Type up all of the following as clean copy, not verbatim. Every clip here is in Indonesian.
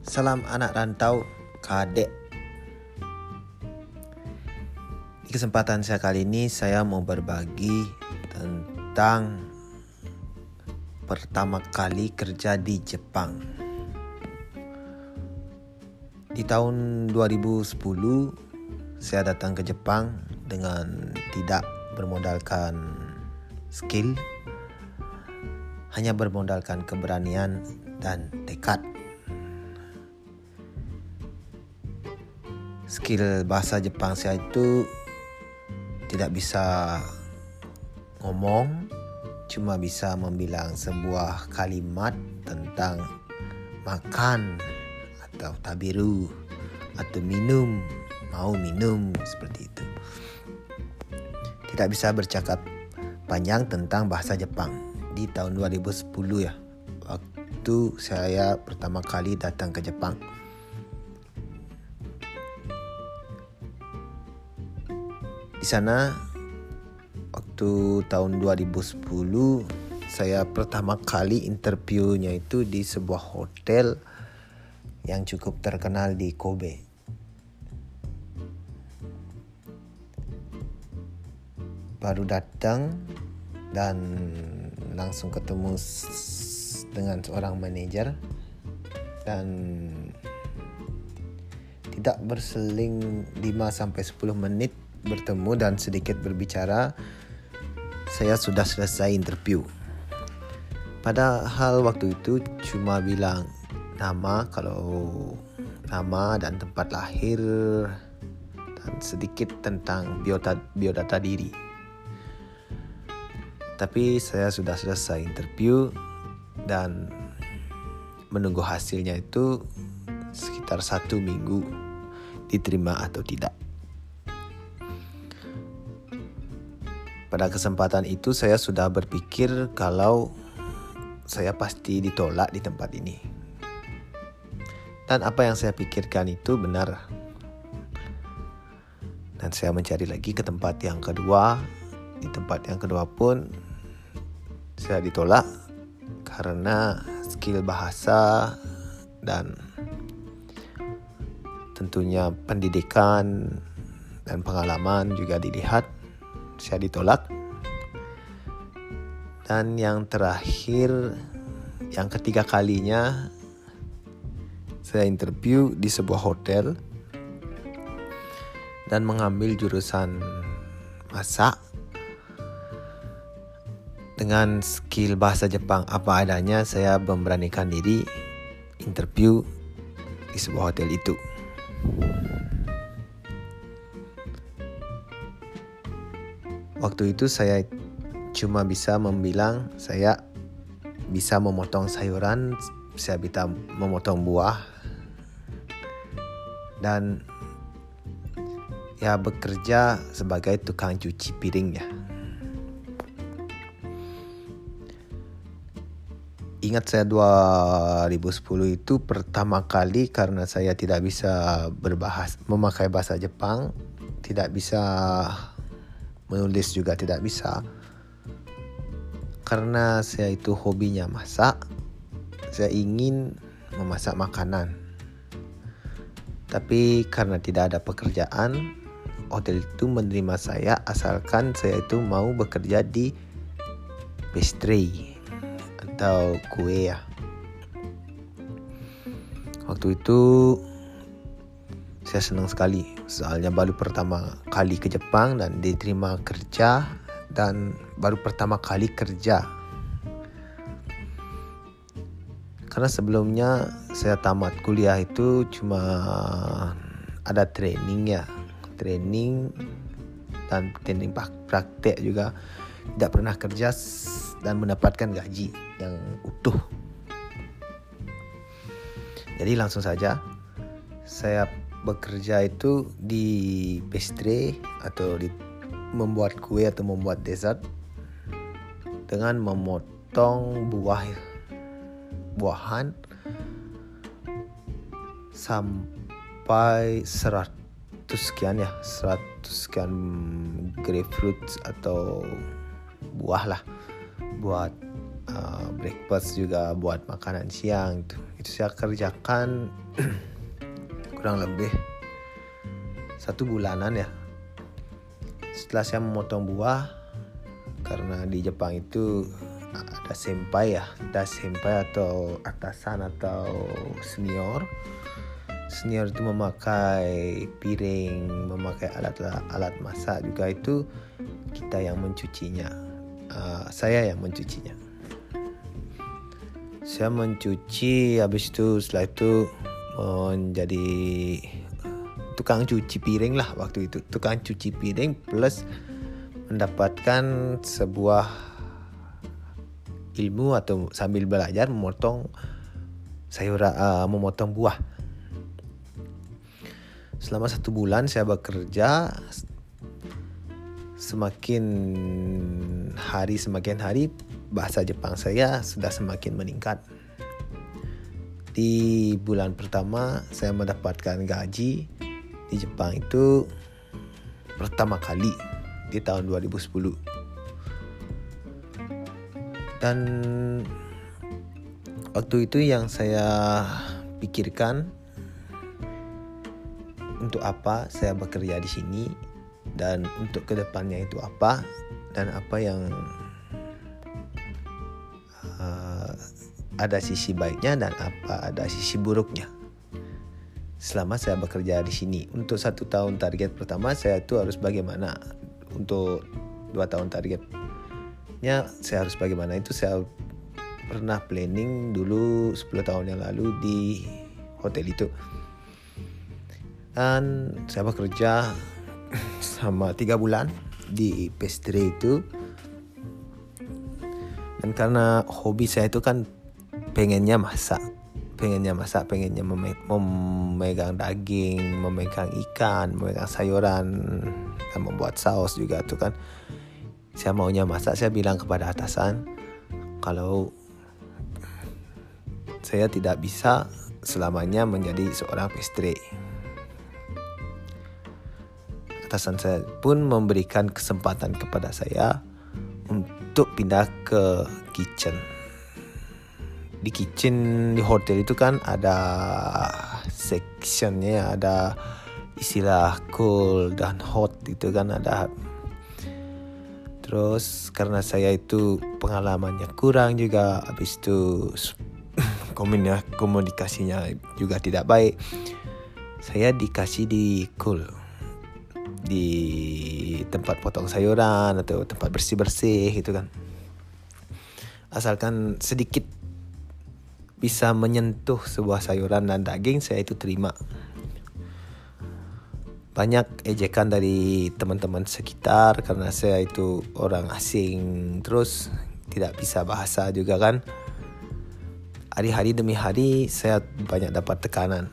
Salam anak rantau kadek. Di kesempatan saya kali ini saya mau berbagi tentang pertama kali kerja di Jepang. Di tahun 2010 saya datang ke Jepang dengan tidak bermodalkan skill, hanya bermodalkan keberanian dan tekad. Skill bahasa Jepang saya itu tidak bisa ngomong, cuma bisa membilang sebuah kalimat tentang makan atau tabiru atau minum, mau minum, seperti itu. Tidak bisa bercakap panjang tentang bahasa Jepang di tahun 2010 ya. Waktu saya pertama kali datang ke Jepang. Di sana waktu tahun 2010 saya pertama kali interviewnya itu di sebuah hotel yang cukup terkenal di Kobe. Baru datang dan langsung ketemu dengan seorang manajer dan tidak berseling 5-10 menit bertemu dan sedikit berbicara, saya sudah selesai interview. Padahal waktu itu cuma bilang nama dan tempat lahir dan sedikit tentang biodata diri. Tapi saya sudah selesai interview dan menunggu hasilnya itu sekitar 1 minggu diterima atau tidak. Pada kesempatan itu saya sudah berpikir kalau saya pasti ditolak di tempat ini. Dan apa yang saya pikirkan itu benar. Dan saya mencari lagi ke tempat yang kedua. Di tempat yang kedua pun saya ditolak karena skill bahasa dan tentunya pendidikan dan pengalaman juga dilihat. Saya ditolak. Dan yang terakhir, yang ketiga kalinya saya interview di sebuah hotel dan mengambil jurusan masak dengan skill bahasa Jepang apa adanya. Saya memberanikan diri interview di sebuah hotel itu. Waktu itu saya cuma bisa membilang saya bisa memotong sayuran, saya bisa memotong buah, dan ya bekerja sebagai tukang cuci piring ya. Ingat saya 2010 itu pertama kali karena saya tidak bisa memakai bahasa Jepang, tidak bisa menulis juga tidak bisa. Karena saya itu hobinya masak, saya ingin memasak makanan. Tapi karena tidak ada pekerjaan, hotel itu menerima saya asalkan saya itu mau bekerja di pastry atau kue ya. Waktu itu saya senang sekali, soalnya baru pertama kali ke Jepang dan diterima kerja dan baru pertama kali kerja. Karena sebelumnya saya tamat kuliah itu cuma ada training dan training praktek juga, tidak pernah kerja dan mendapatkan gaji yang utuh. Jadi langsung saja saya bekerja itu di pastry atau di membuat kue atau membuat dessert dengan memotong buahan sampai 100 sekian grapefruit atau buah lah, buat breakfast juga, buat makanan siang. Itu saya kerjakan kurang lebih 1 bulanan ya. Setelah saya memotong buah, karena di Jepang itu ada senpai ya, ada senpai atau atasan atau senior. Senior itu memakai piring, memakai alat masak juga, itu kita yang mencucinya. Saya yang mencucinya. Saya mencuci, habis itu setelah itu menjadi tukang cuci piring lah waktu itu. Tukang cuci piring plus mendapatkan sebuah ilmu atau sambil belajar memotong sayuran, memotong buah. Selama 1 bulan saya bekerja, semakin hari bahasa Jepang saya sudah semakin meningkat. Di bulan pertama saya mendapatkan gaji di Jepang itu pertama kali di tahun 2010. Dan waktu itu yang saya pikirkan, untuk apa saya bekerja di sini dan untuk kedepannya itu apa, dan apa yang ada sisi baiknya dan apa ada sisi buruknya selama saya bekerja di sini. Untuk 1 tahun target pertama saya itu harus bagaimana, untuk 2 tahun targetnya saya harus bagaimana, itu saya pernah planning dulu 10 tahun yang lalu di hotel itu. Dan saya bekerja selama 3 bulan di pastry itu. Dan karena hobi saya itu kan pengennya masak, pengennya memegang daging, memegang ikan, memegang sayuran, dan membuat saus juga tuh kan. Saya maunya masak. Saya bilang kepada atasan kalau saya tidak bisa selamanya menjadi seorang pastry. Atasan saya pun memberikan kesempatan kepada saya untuk pindah ke kitchen. Di kitchen di hotel itu kan ada sectionnya, ada istilah cold dan hot itu kan ada. Terus karena saya itu pengalamannya kurang juga, habis itu komunikasinya juga tidak baik, saya dikasih di cool, di tempat potong sayuran atau tempat bersih-bersih gitu kan. Asalkan sedikit bisa menyentuh sebuah sayuran dan daging, saya itu terima. Banyak ejekan dari teman-teman sekitar karena saya itu orang asing, terus tidak bisa bahasa juga kan. Hari-hari demi hari saya banyak dapat tekanan.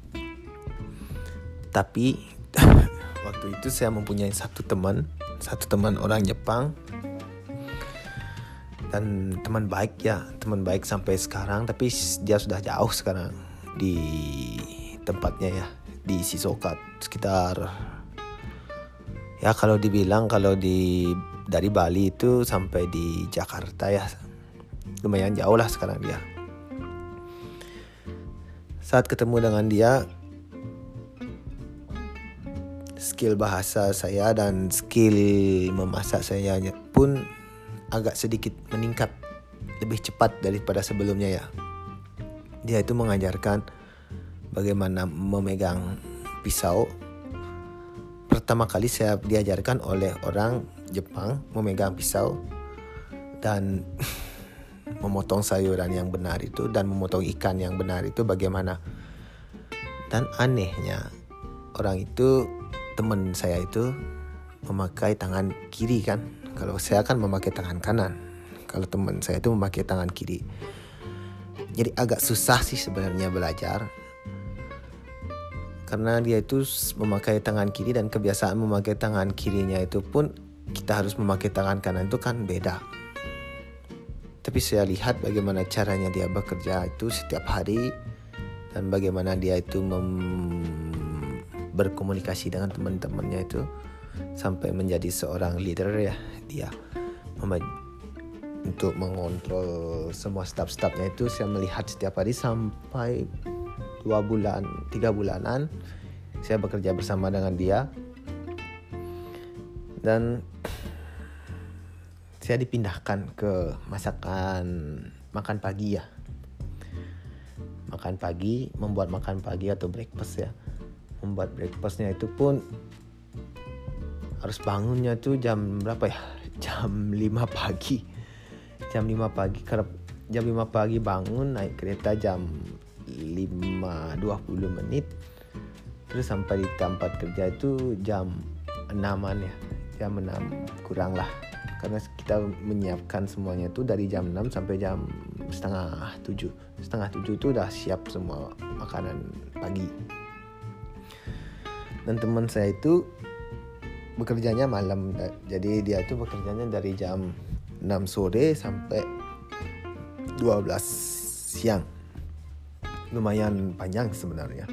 Tapi waktu itu saya mempunyai satu teman orang Jepang, dan teman baik sampai sekarang, tapi dia sudah jauh sekarang di tempatnya ya, di Shizuoka, sekitar ya kalau dari Bali itu sampai di Jakarta ya, lumayan jauh lah sekarang dia. Saat ketemu dengan dia, skill bahasa saya dan skill memasak saya pun agak sedikit meningkat, lebih cepat daripada sebelumnya ya. Dia itu mengajarkan bagaimana memegang pisau. Pertama kali saya diajarkan oleh orang Jepang memegang pisau dan memotong sayuran yang benar itu, dan memotong ikan yang benar itu bagaimana. Dan anehnya orang itu, teman saya itu memakai tangan kiri kan. Kalau saya kan memakai tangan kanan. Kalau teman saya itu memakai tangan kiri. Jadi agak susah sih sebenarnya belajar. Karena dia itu memakai tangan kiri, dan kebiasaan memakai tangan kirinya itu pun kita harus memakai tangan kanan itu kan beda. Tapi saya lihat bagaimana caranya dia bekerja itu setiap hari, dan bagaimana dia itu berkomunikasi dengan teman-temannya itu sampai menjadi seorang leader ya. Dia untuk mengontrol semua staff-staffnya itu saya melihat setiap hari sampai 3 bulanan saya bekerja bersama dengan dia. Dan saya dipindahkan ke makan pagi ya. Makan pagi, membuat makan pagi atau breakfast ya. Membuat breakfastnya itu pun harus bangunnya tuh jam berapa ya? Jam 5 pagi. Jam 5 pagi. Karena jam 5 pagi bangun, naik kereta jam 5.20 menit. Terus sampai di tempat kerja itu jam 6-an ya. Jam 6 kurang lah. Karena kita menyiapkan semuanya itu dari jam 6 sampai jam setengah 7. Setengah 7 itu udah siap semua makanan pagi. Dan teman saya itu bekerjanya malam. Jadi dia itu bekerjanya dari jam 6 sore sampai 12 siang. Lumayan panjang sebenarnya.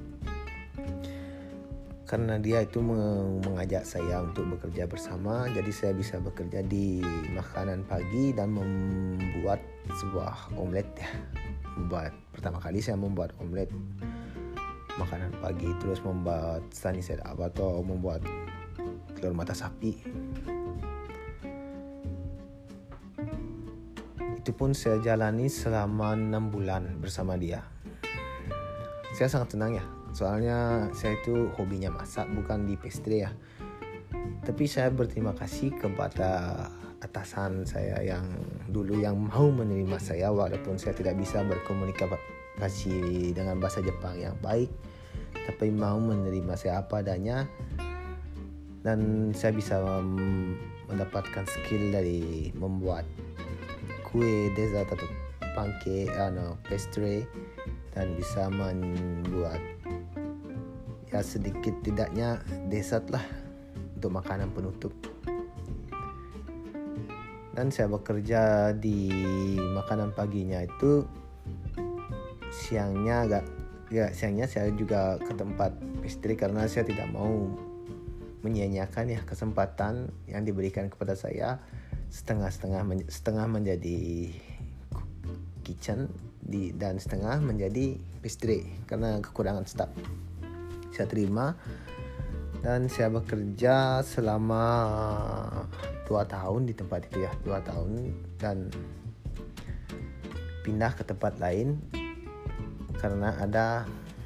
Karena dia itu mengajak saya untuk bekerja bersama, jadi saya bisa bekerja di makanan pagi dan membuat sebuah omelet ya. Pertama kali saya membuat omelet makanan pagi, terus membuat sunny side up atau membuat telur mata sapi. Itu pun saya jalani selama 6 bulan bersama dia. Saya sangat senang ya. Soalnya saya itu hobinya masak, bukan di pastry ya. Tapi saya berterima kasih kepada atasan saya yang dulu yang mau menerima saya walaupun saya tidak bisa berkomunikasi dengan bahasa Jepang yang baik, tapi mau menerima saya apa adanya. Dan saya bisa mendapatkan skill dari membuat kue, dessert atau pastry, dan bisa membuat ya sedikit tidaknya dessert lah untuk makanan penutup. Dan saya bekerja di makanan paginya itu siangnya saya juga ke tempat pastry karena saya tidak mau menyia-nyiakan ya kesempatan yang diberikan kepada saya. Setengah menjadi kitchen dan setengah menjadi pastry karena kekurangan staf. Saya terima dan saya bekerja selama 2 tahun di tempat itu ya, 2 tahun, dan pindah ke tempat lain karena ada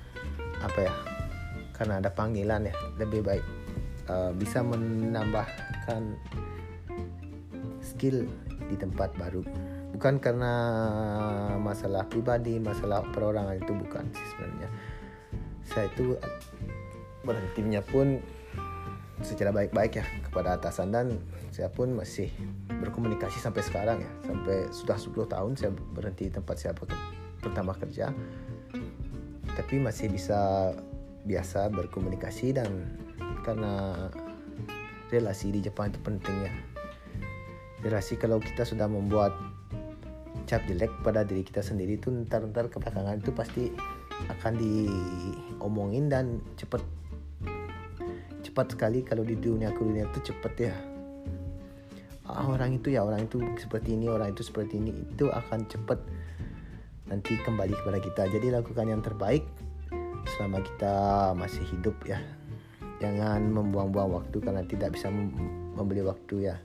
karena ada panggilan ya, lebih baik bisa menambahkan skill di tempat baru. Bukan karena masalah pribadi, masalah perorangan, itu bukan sih sebenarnya. Saya itu berhentinya pun secara baik-baik ya kepada atasan, dan saya pun masih berkomunikasi sampai sekarang ya. Sampai sudah 10 tahun saya berhenti di tempat saya pertama kerja, tapi masih bisa biasa berkomunikasi. Dan karena relasi di Jepang itu penting ya. Relasi, kalau kita sudah membuat cap jelek pada diri kita sendiri itu ntar kebelakangan itu pasti akan diomongin, dan cepat sekali kalau di dunia kuliner itu cepat ya. Orang itu seperti ini, orang itu seperti ini, itu akan cepat nanti kembali kepada kita. Jadi lakukan yang terbaik selama kita masih hidup ya. Jangan membuang-buang waktu karena tidak bisa membeli waktu ya.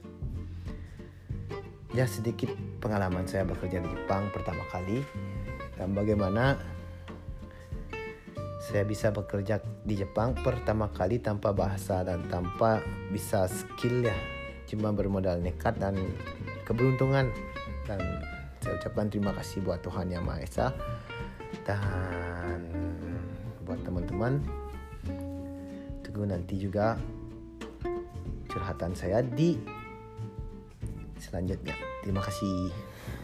Ya, sedikit pengalaman saya bekerja di Jepang pertama kali dan bagaimana saya bisa bekerja di Jepang pertama kali tanpa bahasa dan tanpa bisa skill ya, cuma bermodal nekat dan keberuntungan. Dan saya ucapkan terima kasih buat Tuhan Yang Maha Esa dan buat teman-teman. Tunggu nanti juga curhatan saya di selanjutnya. Terima kasih.